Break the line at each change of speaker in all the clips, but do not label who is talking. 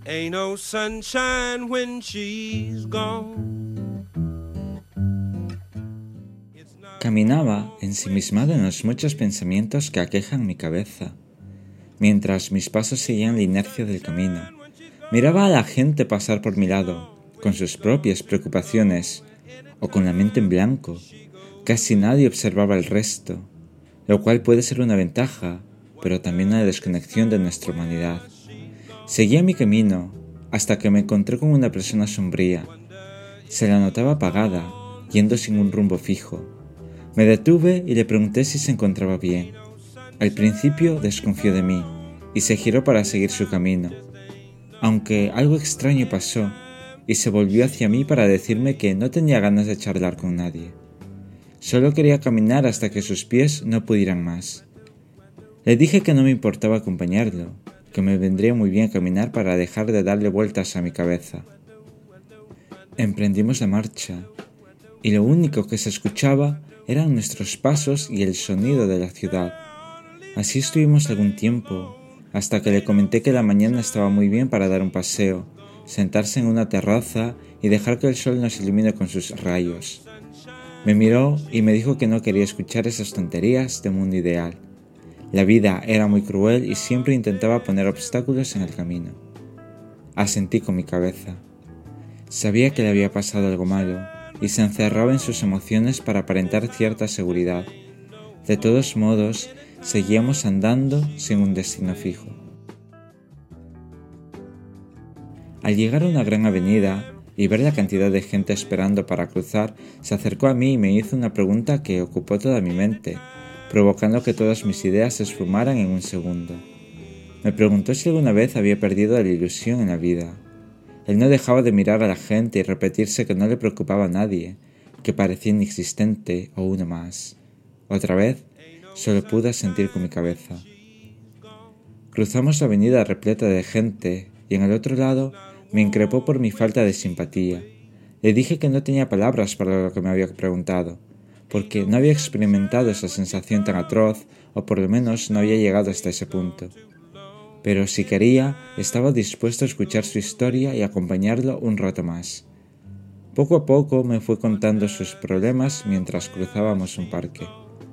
Ain't no sunshine when she's gone.
Caminaba ensimismado en los muchos pensamientos que aquejan mi cabeza, mientras mis pasos seguían la inercia del camino. Miraba a la gente pasar por mi lado, con sus propias preocupaciones, o con la mente en blanco. Casi nadie observaba el resto, lo cual puede ser una ventaja, pero también una desconexión de nuestra humanidad. Seguía mi camino hasta que me encontré con una persona sombría. Se la notaba apagada, yendo sin un rumbo fijo. Me detuve y le pregunté si se encontraba bien. Al principio desconfió de mí y se giró para seguir su camino, aunque algo extraño pasó y se volvió hacia mí para decirme que no tenía ganas de charlar con nadie. Solo quería caminar hasta que sus pies no pudieran más. Le dije que no me importaba acompañarlo, que me vendría muy bien caminar para dejar de darle vueltas a mi cabeza. Emprendimos la marcha y lo único que se escuchaba eran nuestros pasos y el sonido de la ciudad. Así estuvimos algún tiempo, hasta que le comenté que la mañana estaba muy bien para dar un paseo, sentarse en una terraza y dejar que el sol nos ilumine con sus rayos. Me miró y me dijo que no quería escuchar esas tonterías de mundo ideal. La vida era muy cruel y siempre intentaba poner obstáculos en el camino. Asentí con mi cabeza. Sabía que le había pasado algo malo y se encerraba en sus emociones para aparentar cierta seguridad. De todos modos, seguíamos andando sin un destino fijo. Al llegar a una gran avenida y ver la cantidad de gente esperando para cruzar, se acercó a mí y me hizo una pregunta que ocupó toda mi mente, provocando que todas mis ideas se esfumaran en un segundo. Me preguntó si alguna vez había perdido la ilusión en la vida. Él no dejaba de mirar a la gente y repetirse que no le preocupaba a nadie, que parecía inexistente o uno más. Otra vez, solo pude sentir con mi cabeza. Cruzamos la avenida repleta de gente y en el otro lado me increpó por mi falta de simpatía. Le dije que no tenía palabras para lo que me había preguntado, porque no había experimentado esa sensación tan atroz, o por lo menos no había llegado hasta ese punto. Pero si quería, estaba dispuesto a escuchar su historia y acompañarlo un rato más. Poco a poco me fue contando sus problemas mientras cruzábamos un parque.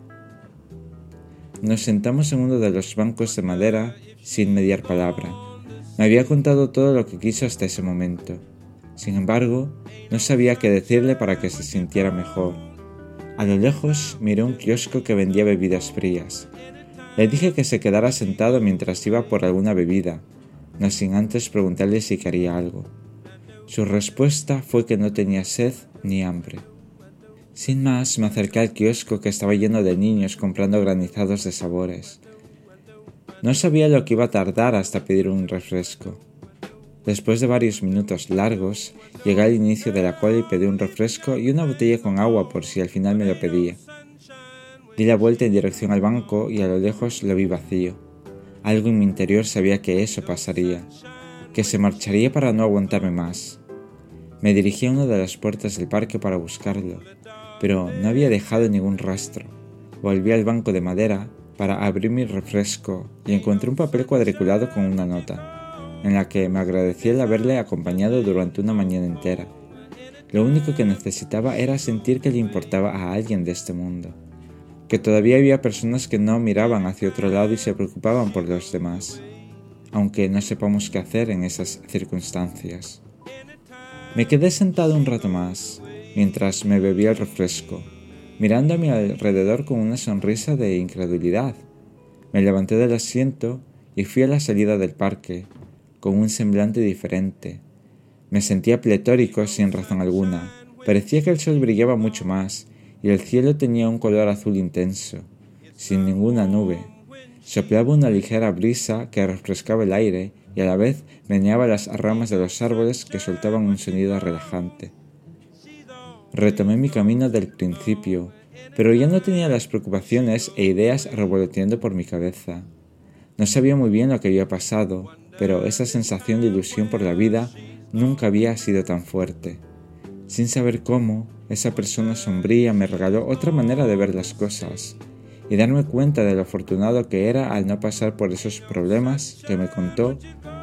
Nos sentamos en uno de los bancos de madera sin mediar palabra. Me había contado todo lo que quiso hasta ese momento. Sin embargo, no sabía qué decirle para que se sintiera mejor. A lo lejos miré un kiosco que vendía bebidas frías. Le dije que se quedara sentado mientras iba por alguna bebida, no sin antes preguntarle si quería algo. Su respuesta fue que no tenía sed ni hambre. Sin más, me acerqué al kiosco que estaba lleno de niños comprando granizados de sabores. No sabía lo que iba a tardar hasta pedir un refresco. Después de varios minutos largos, llegué al inicio de la cola y pedí un refresco y una botella con agua por si al final me lo pedía. Di la vuelta en dirección al banco y a lo lejos lo vi vacío. Algo en mi interior sabía que eso pasaría, que se marcharía para no aguantarme más. Me dirigí a una de las puertas del parque para buscarlo, pero no había dejado ningún rastro. Volví al banco de madera para abrir mi refresco y encontré un papel cuadriculado con una nota, en la que me agradecía el haberle acompañado durante una mañana entera. Lo único que necesitaba era sentir que le importaba a alguien de este mundo, que todavía había personas que no miraban hacia otro lado y se preocupaban por los demás, aunque no sepamos qué hacer en esas circunstancias. Me quedé sentado un rato más, mientras me bebía el refresco, mirando a mi alrededor con una sonrisa de incredulidad. Me levanté del asiento y fui a la salida del parque, con un semblante diferente. Me sentía pletórico sin razón alguna. Parecía que el sol brillaba mucho más, y el cielo tenía un color azul intenso, sin ninguna nube. Soplaba una ligera brisa que refrescaba el aire y a la vez meneaba las ramas de los árboles que soltaban un sonido relajante. Retomé mi camino del principio, pero ya no tenía las preocupaciones e ideas revoloteando por mi cabeza. No sabía muy bien lo que había pasado, pero esa sensación de ilusión por la vida nunca había sido tan fuerte. Sin saber cómo, esa persona sombría me regaló otra manera de ver las cosas y darme cuenta de lo afortunado que era al no pasar por esos problemas que me contó